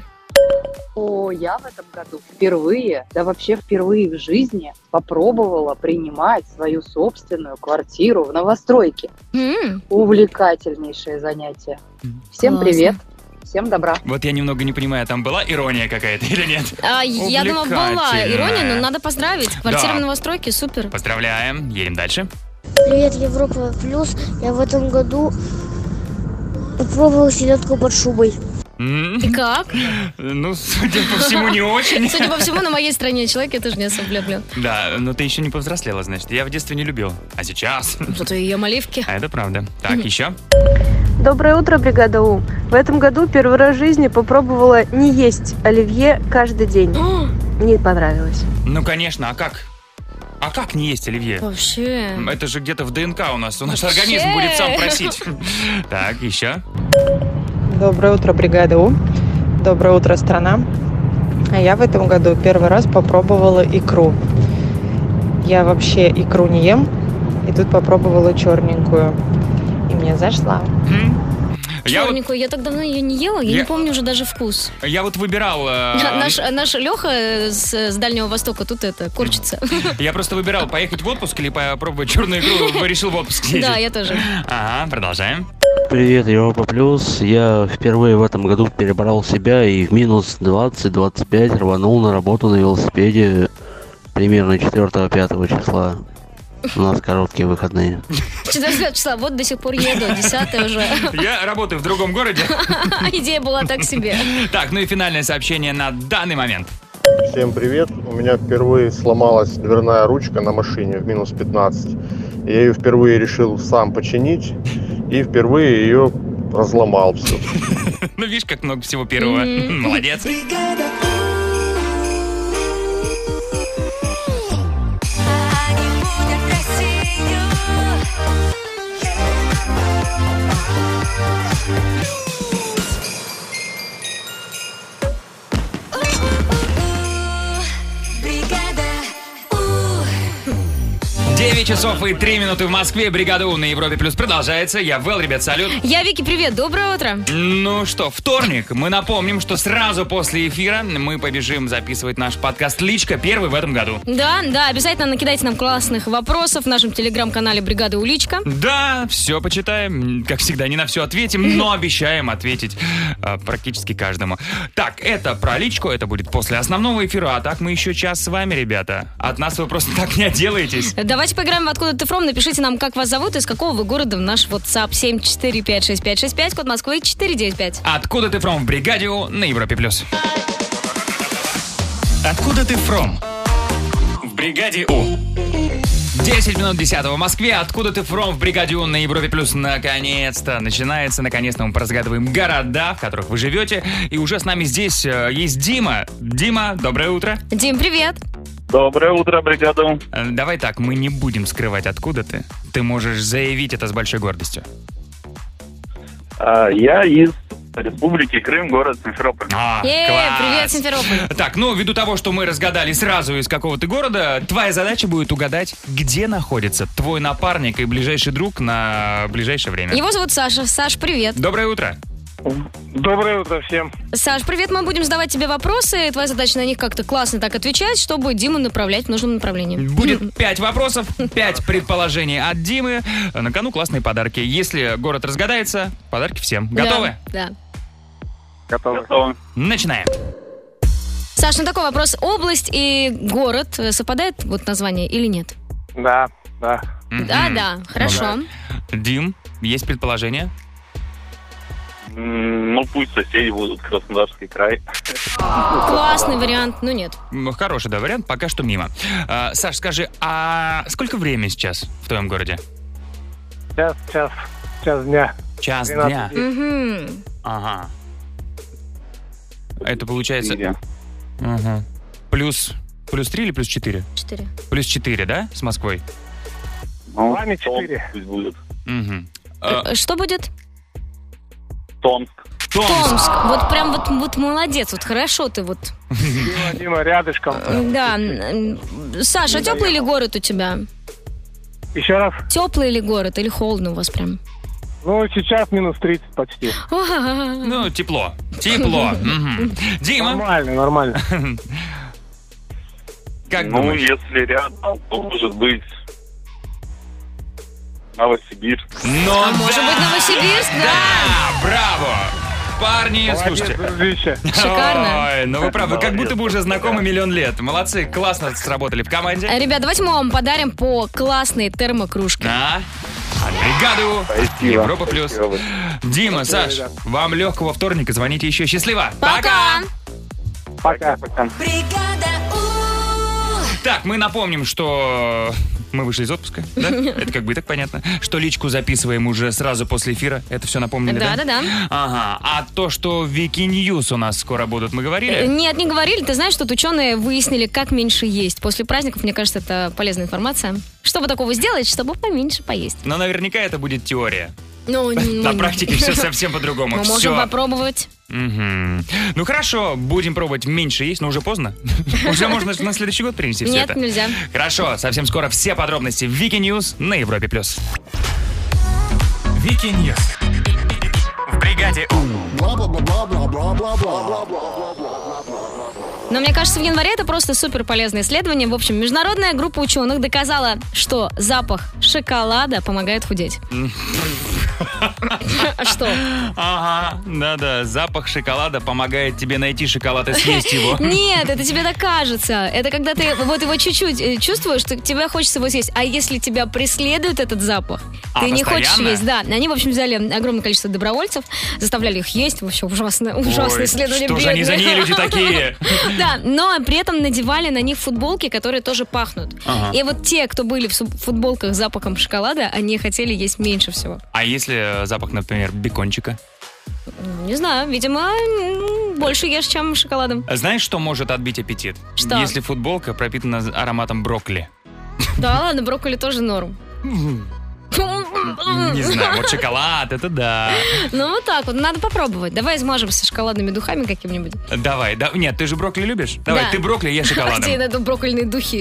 О, я в этом году впервые, да вообще впервые в жизни попробовала принимать свою собственную квартиру в новостройке. М, Увлекательнейшее занятие. Всем Классно. привет, всем добра. Вот я немного не понимаю, там была ирония какая-то или нет? а, я думала, была Увлекательная. ирония, но надо поздравить. Квартира Да. в новостройке, супер. Поздравляем, едем дальше. Привет, Европа Плюс. Я в этом году попробовал селедку под шубой. М, И как? Ну, судя по всему, не очень. Судя по всему, на моей стороне человек я тоже не особо люблю. Да, но ты еще не повзрослела, значит. Я в детстве не любил. А сейчас? Зато и ем оливки. А это правда. Так, еще? Доброе утро, бригада У. В этом году первый раз в жизни попробовала не есть оливье каждый день. Не понравилось. Ну, конечно, а как? А как не есть оливье? Вообще. Это же где-то в ДНК у нас. У нас Вообще. организм будет сам просить. Так, еще? Доброе утро, бригада У. Доброе утро, страна. А я в этом году первый раз попробовала икру. Я вообще икру не ем, и тут попробовала черненькую. И мне зашла. Я вот, Черненькую, я так давно ее не ела, я Я- не помню уже даже вкус. я вот выбирал... э, Наш, наш Леха с, с Дальнего Востока тут это, корчится. Я просто выбирал, поехать в отпуск или попробовать черную икру. Решил в отпуск съездить. Да, я тоже. Ага, продолжаем. Привет, Европа Плюс. Я впервые в этом году перебрал себя и в минус двадцать двадцать пять рванул на работу на велосипеде примерно четвёртого-пятого числа. У нас короткие выходные. четырнадцатого числа, вот до сих пор еду, десятое уже. Я работаю в другом городе. Идея была так себе. Так, ну и финальное сообщение на данный момент. Всем привет. У меня впервые сломалась дверная ручка на машине в минус пятнадцать. Я ее впервые решил сам починить и впервые ее разломал все. Ну, видишь, как много всего первого. Мгм. Молодец. девять часов и три минуты в Москве. Бригада У на Европе Плюс продолжается. Я Вэл, ребят, салют. Я Вики, привет, доброе утро. Ну что, вторник. Мы напомним, что сразу после эфира мы побежим записывать наш подкаст «Личка», первый в этом году. Да, да, обязательно накидайте нам классных вопросов в нашем телеграм-канале «Бригада У Личка». Да, все почитаем. Как всегда, не на все ответим, но обещаем ответить а, практически каждому. Так, это про личку, это будет после основного эфира. А так мы еще час с вами, ребята. От нас вы просто так не отделаетесь. Давайте поиграем в «Откуда ты фром?». Напишите нам, как вас зовут, из какого вы города, в наш WhatsApp семь четыре пять шесть пять шесть пять, код Москвы четыре девять пять. «Откуда ты фром» в Бригаде У на Европе Плюс. «Откуда ты фром» в Бригаде У. десять минут десятого в Москве. «Откуда ты фром» в Бригаде У на Европе Плюс. Наконец-то начинается. Наконец-то мы поразгадываем города, в которых вы живете. И уже с нами здесь э, есть Дима. Дима, доброе утро. Дим, привет. Доброе утро, бригада У. Э, Давай так, мы не будем скрывать, откуда ты. Ты можешь заявить это с большой гордостью. А, я из Республики Крым, город Симферополь. А, Е, класс. привет, Симферополь. Так, ну, ввиду того, что мы разгадали сразу, из какого ты города, твоя задача будет угадать, где находится твой напарник и ближайший друг на ближайшее время. Его зовут Саша. Саш, привет. Доброе утро. Доброе утро всем. Саш, привет, мы будем задавать тебе вопросы. Твоя задача на них как-то классно так отвечать, чтобы Диму направлять в нужном направлении. Будет пять вопросов, пять предположений от Димы. На кону классные подарки. Если город разгадается, подарки всем. Готовы? Да. Готовы. Готовы. Начинаем. Саш, ну такой вопрос. Область и город совпадает вот название или нет? Да, да. Да, да, хорошо. Дим, есть предположение? М, Ну, пусть соседи будут, Краснодарский край. Классный вариант, но нет. Ну, хороший, да, вариант, пока что мимо. А, Саш, скажи, а сколько времени сейчас в твоем городе? Час, час, час дня. Час двенадцать дня. Мгм. Ага. Это получается... Четыре. Ага. Плюс... Плюс три или плюс четыре? Четыре. Плюс четыре, да, с Москвой? Ну, вами четыре. Пусть будет. Угу. А, Э, Что будет? Томск. Томск. Вот прям вот, вот молодец, вот хорошо ты вот. Дима, Дима, рядышком. Да. м, Саша, теплый ли город у тебя? Еще раз. Теплый ли город или холодно у вас прям? Ну, сейчас минус тридцать почти. Ну, тепло. Тепло. Мгм. Дима. Нормально, нормально. Как ну, думаешь? если рядом, то может быть Новосибирск. Но А может быть Новосибирск, да? Да, браво! Парни, Молодец, слушайте. дружище. Шикарно. Ой, ну вы правы, вы как будто бы уже знакомы миллион лет. Молодцы, классно сработали в команде. Э, Ребят, давайте мы вам подарим по классной термокружке. Да. От бригаду Спасибо. Европа Плюс. Спасибо. Дима, Спасибо, Саш, ребят. вам легкого вторника. Звоните еще. Счастливо. Пока! Пока. Пока. Так, мы напомним, что мы вышли из отпуска, да? Это как бы и так понятно. Что личку записываем уже сразу после эфира. Это все напомнили, да? Да-да-да. Ага. А то, что Вики Ньюс у нас скоро будут, мы Э, говорили? Нет, не говорили. Ты знаешь, тут ученые выяснили, как меньше есть. После праздников, мне кажется, это полезная информация. Что вы такого сделать, чтобы поменьше поесть? Но наверняка это будет теория. Ну, На практике все совсем по-другому. Мы можем Всё. попробовать. Мгм. Ну хорошо, будем пробовать меньше есть, но уже поздно. Уже можно на следующий год принести все Нет, это. нельзя. Хорошо, совсем скоро все подробности в Вики Ньюс на Европе плюс. Вики Ньюс в Бригаде У. Но мне кажется, в январе это просто супер полезное исследование. В общем, международная группа ученых доказала, что запах шоколада помогает худеть. А что? Ага, да-да, запах шоколада помогает тебе найти шоколад и съесть его. Нет, это тебе так кажется. Это когда ты вот его чуть-чуть э, чувствуешь, что тебе хочется его съесть. А если тебя преследует этот запах, А, ты не хочешь постоянно? есть. Да, они, в общем, взяли огромное количество добровольцев, заставляли их есть. Вообще ужасное, ужасное Ой, исследование. что же они за бедные. ней люди такие? Да, но при этом надевали на них футболки, которые тоже пахнут. Ага. И вот те, кто были в су- футболках с запахом шоколада, они хотели есть меньше всего. А если запах, например, бекончика? Ну, Не знаю, видимо, м, больше ешь, чем шоколадом. Знаешь, что может отбить аппетит? Что? Если футболка пропитана ароматом брокколи. Да ладно, брокколи тоже норм. Не знаю, вот шоколад, это да. Ну, вот так вот, надо попробовать. Давай измажемся шоколадными духами каким-нибудь. Давай, да, нет, ты же брокколи любишь? Давай, Да. ты брокколи, я Где шоколадом. найду броккольные духи?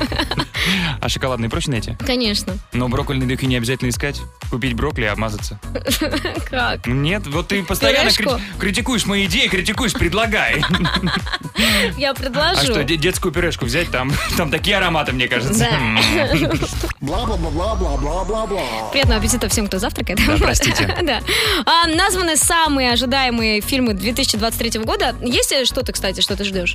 А шоколадные проще найти? Конечно. Но броккольные духи не обязательно искать. Купить брокколи и обмазаться. Как? Нет, вот ты постоянно Пюрешку? кри- критикуешь мои идеи, критикуешь, предлагай. Я предложу. А что, де- детскую пюрешку взять? Там, там такие ароматы, мне кажется. Да. М. Бла-бла-бла-бла-бла-бла-бла. Приятного аппетита всем, кто завтракает. Да, простите. Да. А, названы самые ожидаемые фильмы две тысячи двадцать третьего года. Есть ли что-то, кстати, что ты ждешь?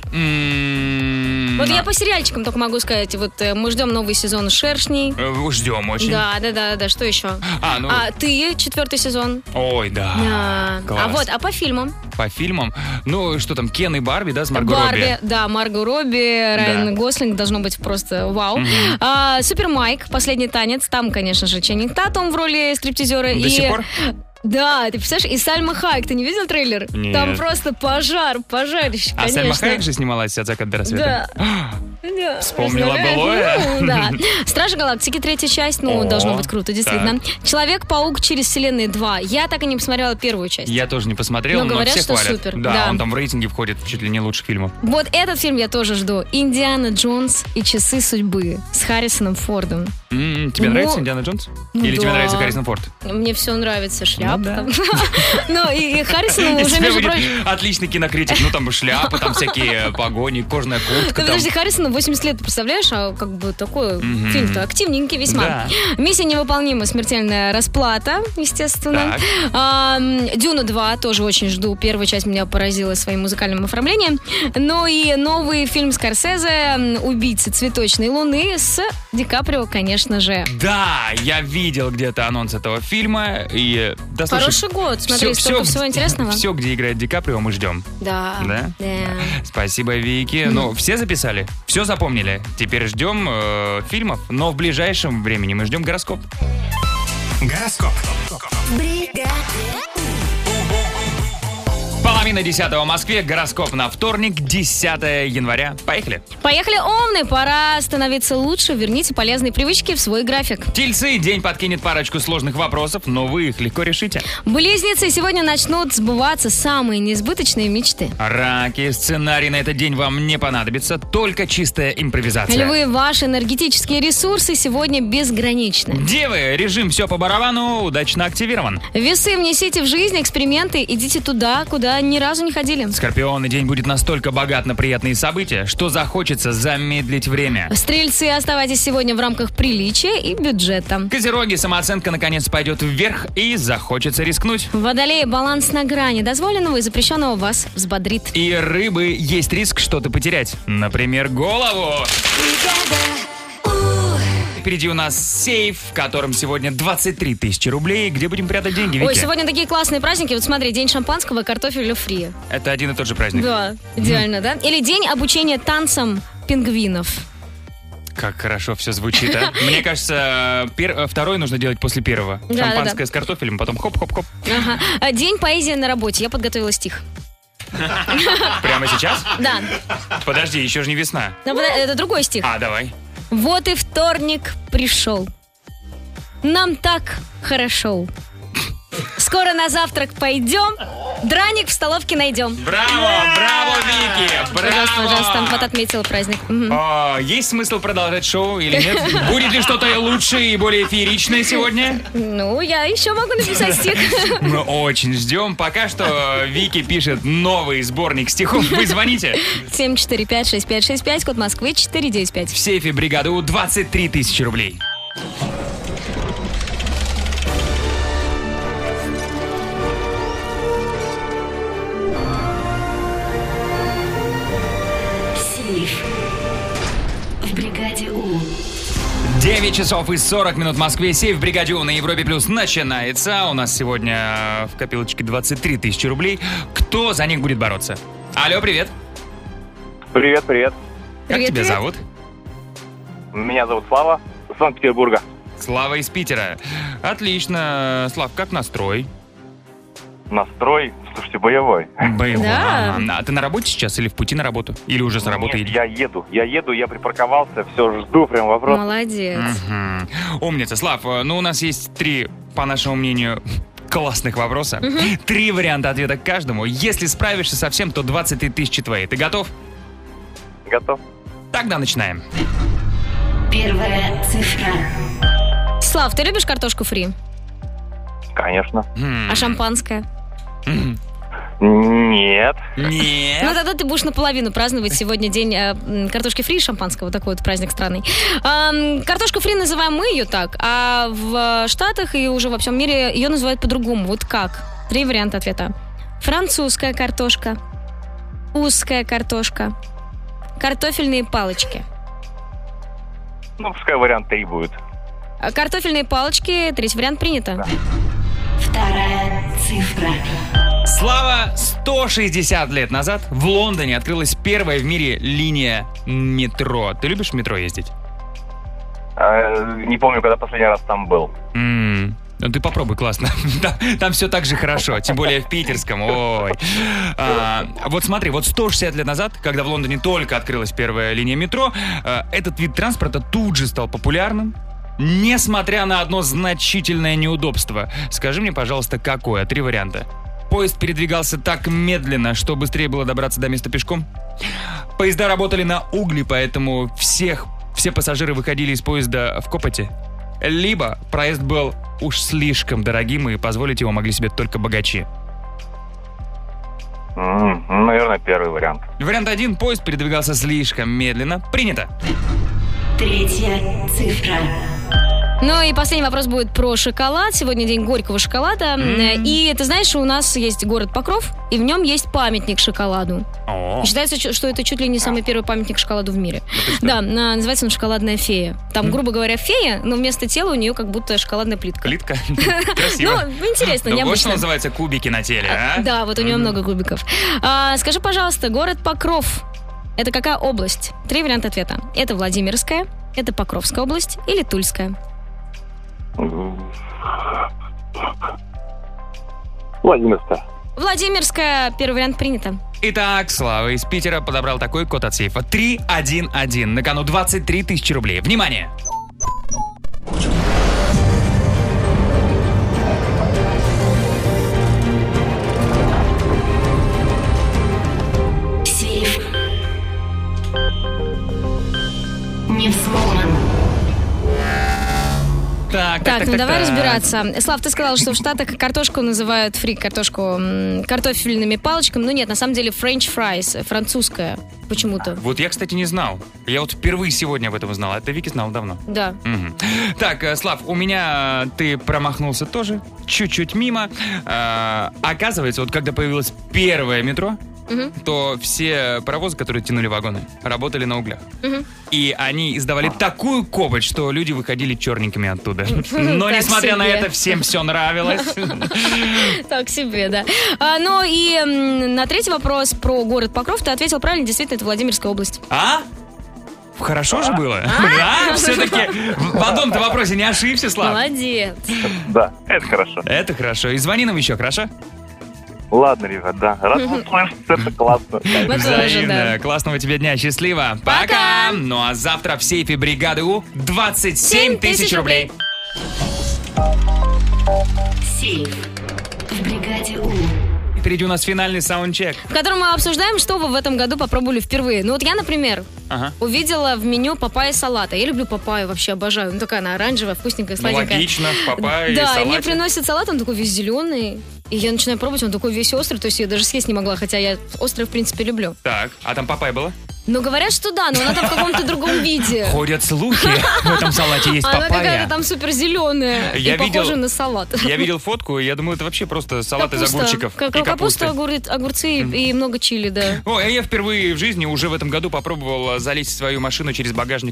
М, Вот я по сериальчикам только могу сказать. Вот э, мы ждем новый сезон «Шершней». э, Ждем очень. Да, да, да, да. Что еще? А, ну- ты четвертый сезон. Ой, да. Да. Класс. А вот, а по фильмам? По фильмам, ну, что там, Кен и Барби, да, с Марго Барби, Робби? да, Марго Робби, Райан Гослинг, должно быть просто вау. Мгм. А, Супер Майк, «Последний танец», там, конечно же, Ченнинг Татум в роли стриптизера. До и... сих пор? Да, ты представляешь, и Сальма Хайек, ты не видел трейлер? Нет. Там просто пожар, пожарище, А конечно. Сальма Хайек же снималась от заката до рассвета? Да. Да, Вспомнила представляешь? былое? Ну, да. «Стражи Галактики», третья часть, ну, О, должно быть круто, действительно. «Человек-паук через вселенные два». Я так и не посмотрела первую часть. Я тоже не посмотрел, Но но, говорят, все что хвалят. супер, Да, да. он там в рейтинге входит чуть ли не лучших фильмов. Вот этот фильм я тоже жду. «Индиана Джонс и часы судьбы» с Харрисоном Фордом. М, Тебе Ну, нравится Индиана Джонс? ну Или тебе да. нравится Харрисон Форд? Мне все нравится, шляпа Ну да. там. Ну, и и Харрисону Из уже, тебя между будет прочим... отличный кинокритик. Ну, там шляпы, там всякие погони, кожная Ну, куртка. там. подожди, Харрисону восемьдесят лет, ты представляешь? А как бы такой Мгм. фильм-то активненький весьма. Да. «Миссия невыполнима. Смертельная расплата», естественно. Так. А, м, «Дюна два» тоже очень жду. Первая часть меня поразила своим музыкальным оформлением. Ну и новый фильм Скорсезе м, «Убийцы цветочной луны» с Ди Каприо, конечно же. Да, я видел где-то анонс этого фильма. И, да, слушай, Хороший год, смотри, столько всего интересного. Все, где играет Ди Каприо, мы ждем. Да. Да? Да. Спасибо, Вики. Ну, все записали? Все запомнили? Теперь ждем э, фильмов, но в ближайшем времени мы ждем гороскоп. Гороскоп. Половина десятого в Москве. Гороскоп на вторник, десятое января. Поехали. Поехали, Овны, пора становиться лучше, верните полезные привычки в свой график. Тельцы, день подкинет парочку сложных вопросов, но вы их легко решите. Близнецы, сегодня начнут сбываться самые несбыточные мечты. Раки, сценарий на этот день вам не понадобится, только чистая импровизация. Львы, ваши энергетические ресурсы сегодня безграничны. Девы, режим все по барабану, удачно активирован. Весы, внесите в жизнь эксперименты, идите туда, куда ни разу не ходили. Скорпионы, день будет настолько богат на приятные события, что захочется замедлить время. Стрельцы, оставайтесь сегодня в рамках приличия и бюджета. Козероги, самооценка наконец пойдет вверх и захочется рискнуть. Водолеи, баланс на грани дозволенного и запрещенного вас взбодрит. И рыбы, есть риск что-то потерять. Например, голову. Впереди у нас сейф, в котором сегодня двадцать три тысячи рублей. Где будем прятать деньги, Вики? Ой, сегодня такие классные праздники. Вот смотри, день шампанского и картофеля фри. Это один и тот же праздник. Да, идеально, да? Или день обучения танцам пингвинов. Как хорошо все звучит, а? Мне кажется, пер- второй нужно делать после первого. Да, Шампанское да, да. с картофелем, потом хоп-хоп-хоп. Ага. А, День поэзии на работе. Я подготовила стих. Прямо сейчас? Да. Подожди, еще же не весна. Но подо- это другой стих. А, давай. Вот и вторник пришел. Нам так хорошо. Скоро на завтрак пойдем, драник в столовке найдем. Браво, браво, Вики, браво. Пожалуйста, пожалуйста, вот отметила праздник. Мгм. О, есть смысл продолжать шоу или нет? Будет ли что-то лучше и более фееричное сегодня? Ну, я еще могу написать стих. Мы очень ждем. Пока что Вики пишет новый сборник стихов. Вы звоните. семь четыре пять шесть пять шесть пять, код Москвы четыре девять пять. В сейфе бригады У двадцать три тысячи рублей. Сейф в бригаде У. девять часов и сорок минут в Москве. Сейф в бригаде У на Европе Плюс начинается. У нас сегодня в копилочке двадцать три тысячи рублей. Кто за них будет бороться? Алло, привет. Привет, привет. Как Привет, тебя привет. зовут? Меня зовут Слава, из Санкт-Петербурга. Слава из Питера. Отлично. Слав, как настрой? Настрой, слушайте, боевой. Боевой. Да. А, а ты на работе сейчас или в пути на работу? Или уже с работы Нет, едешь? я еду, я еду, я припарковался, все, жду прям вопрос. Молодец. Мгм. Умница. Слав, ну у нас есть три, по нашему мнению, классных вопроса. Мгм. Три варианта ответа к каждому. Если справишься со всем, то двадцать три тысячи твои. Ты готов? Готов. Тогда начинаем. Первая цифра. Слав, ты любишь картошку фри? Конечно. А шампанское? Нет. Нет. Ну, тогда ты будешь наполовину праздновать сегодня день э, м, картошки фри и шампанского. Такой вот праздник странный. Ам, картошку фри называем мы ее так, а в Штатах и уже во всем мире ее называют по-другому. Вот как? Три варианта ответа. Французская картошка, узкая картошка, картофельные палочки. Ну, пускай вариант три будет. А картофельные палочки, третий вариант принято. Вторая цифра. Слава, сто шестьдесят лет назад в Лондоне открылась первая в мире линия метро. Ты любишь в метро ездить? А, не помню, когда последний раз там был. М, Ну ты попробуй, классно. Там, там все так же хорошо, тем более в питерском. Ой. А, вот смотри, вот сто шестьдесят лет назад, когда в Лондоне только открылась первая линия метро, а, этот вид транспорта тут же стал популярным, несмотря на одно значительное неудобство. Скажи мне, пожалуйста, какое? Три варианта. Поезд передвигался так медленно, что быстрее было добраться до места пешком. Поезда работали на угле, поэтому всех, все пассажиры выходили из поезда в копоте. Либо проезд был уж слишком дорогим, и позволить его могли себе только богачи. М, ну, наверное, первый вариант. Вариант один. Поезд передвигался слишком медленно. Принято. Третья цифра. Ну и последний вопрос будет про шоколад. Сегодня день горького шоколада. М. И ты знаешь, у нас есть город Покров, и в нем есть памятник шоколаду. О. И считается, чё- что это чуть ли не самый первый памятник шоколаду в мире. Да, на- называется он «Шоколадная фея». Там, грубо говоря, фея, но вместо тела у нее как будто шоколадная плитка. Плитка? Красиво. Ну, интересно, Ну, вот что необычно. называется кубики на теле, а? Да, вот у нее много кубиков. А, скажи, пожалуйста, город Покров – это какая область? Три варианта ответа. Это Владимирская, это Покровская область или Тульская? Владимирская. Владимирская. Первый вариант принято. Итак, Слава из Питера подобрал такой код от сейфа. три один один. На кону двадцать три тысячи рублей. Внимание! Сейф не взломан. Так, Так, ну давай разбираться. Слав, ты сказал, что в Штатах картошку называют фри, картошку м, картофельными палочками. Ну нет, на самом деле френч фрайс, французская почему-то. Вот я, кстати, не знал. Я вот впервые сегодня об этом узнал. Это Вики знал давно. Да. Мгм. Так, э, Слав, у меня э, ты промахнулся тоже. Чуть-чуть мимо. Э, Оказывается, вот когда появилось первое метро, Мгм. то все паровозы, которые тянули вагоны, работали на углях. Мгм. И они издавали такую копоть, что люди выходили черненькими оттуда. Но, Так несмотря на себе. это, всем все нравилось. Так себе, да. А, ну и м, на третий вопрос про город Покров ты ответил правильно. Действительно, это Владимирская область. А? Хорошо же было? Да? Все-таки в одном-то вопросе не ошибся, Слав. Молодец. Да, это хорошо. Это хорошо. И звони нам еще, хорошо? Ладно, ребят, да. Рад услышать, это классно. Мы тоже, Взаимно. да. Классного тебе дня. Счастливо. Пока. Ну а завтра в сейфе бригады У двадцать семь тысяч рублей. Сейф в бригаде У. Впереди у нас финальный саундчек. В котором мы обсуждаем, что вы в этом году попробовали впервые. Ну вот я, например, Ага. увидела в меню папайя салата. Я люблю папайю, вообще обожаю. Ну такая она оранжевая, вкусненькая, Ну, сладенькая. логично, в папайе, Да, и салате. мне приносят салат, он такой весь зеленый. И я начинаю пробовать, он такой весь острый, то есть я даже съесть не могла, хотя я острый, в принципе, люблю. Так, а там папайя была? Но говорят, что да, но она там в каком-то другом виде. Ходят слухи, в этом салате есть Она какая-то папайя. там супер зеленая Я и похожа видел- на салат. Я видел фотку, и я думаю, это вообще просто салат из Капуста. огурчиков Как- и Капуста, капусты. огур- огурцы и и много чили, да. Ой, а я впервые в жизни уже в этом году попробовал залезть в свою машину через багажник.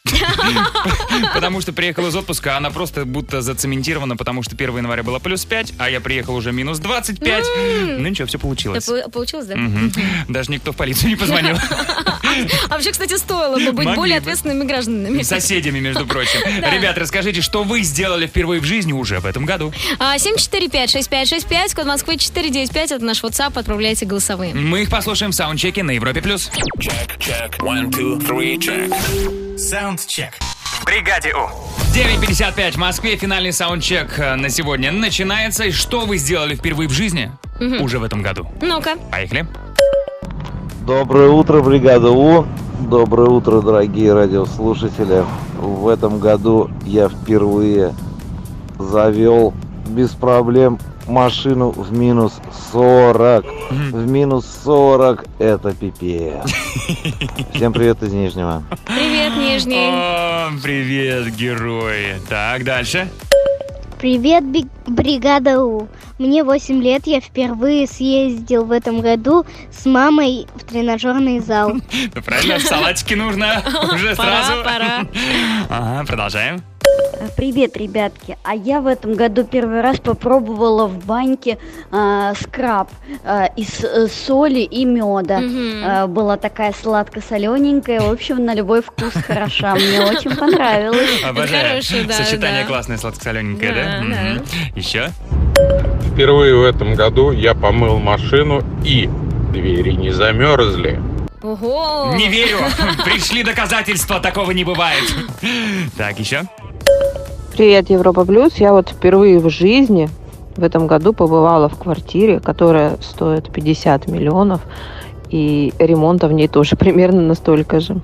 Потому что приехал из отпуска, она просто будто зацементирована, потому что первого января было плюс пять, а я приехал уже минус двадцать пять. Ну ничего, все получилось. Получилось, да? Даже никто в полицию не позвонил. А вообще, кстати, стоило бы быть более ответственными гражданами. Соседями, между прочим. Ребят, расскажите, что вы сделали впервые в жизни уже в этом году? семь четыре пять шесть пять шесть пять, код Москвы четыре девять пять, это наш WhatsApp, отправляйте голосовые. Мы их послушаем в саундчеке на Европе+. плюс. Check, check, one, two, three, check. Саундчек. В бригаде У. девять пятьдесят пять в Москве. Финальный саундчек на сегодня начинается. И что вы сделали впервые в жизни угу. уже в этом году? Ну-ка. Поехали. Доброе утро, бригада У. Доброе утро, дорогие радиослушатели. В этом году я впервые завел без проблем машину в минус сорок. Mm-hmm. В минус сорок это пипец. Всем привет из Нижнего. Привет, Нижний. О, привет, герои. Так, дальше. Привет, бригада У. Мне восемь лет, я впервые съездил в этом году с мамой в тренажерный зал. Ну правильно, салатики нужно уже сразу. Пора, пора. Ага, продолжаем. Привет, ребятки. А я в этом году первый раз попробовала в баньке э, скраб э, из э, соли и меда. Mm-hmm. Э, была такая сладко-солененькая. В общем, на любой вкус хороша. Мне очень понравилось. Обожаю. Сочетание классное, сладко-солененькое, да? Да. Еще? Впервые в этом году я помыл машину, и двери не замерзли. Ого! Не верю! Пришли доказательства, такого не бывает. Так, еще? Привет, Европа Плюс. Я вот впервые в жизни в этом году побывала в квартире, которая стоит пятьдесят миллионов, и ремонта в ней тоже примерно настолько же.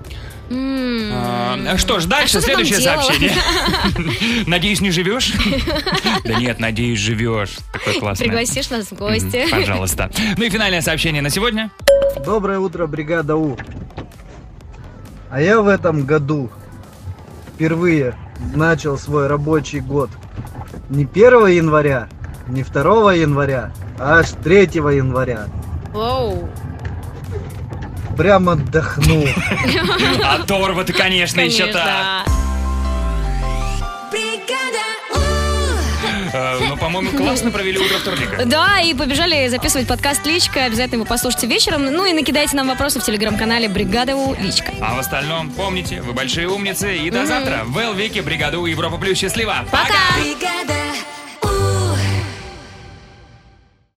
А, что ж, дальше следующее сообщение. Надеюсь, не живешь? Да нет, надеюсь, живешь. Такой классный. Пригласишь нас в гости. Пожалуйста. Ну и финальное сообщение на сегодня. Доброе утро, бригада У. А я в этом году впервые начал свой рабочий год не первого января, не второго января, а аж третьего января. Воу. Прям отдохнул. Оторва ты, конечно, еще так. Ну, по-моему, классно провели утро вторника. Да, и побежали записывать подкаст «Личка». Обязательно его послушайте вечером. Ну и накидайте нам вопросы в телеграм-канале «Бригада У Личка». А в остальном, помните, вы большие умницы. И до завтра. Вэл, Вики, Бригада У, Европа Плюс. Счастливо. Пока! Бригада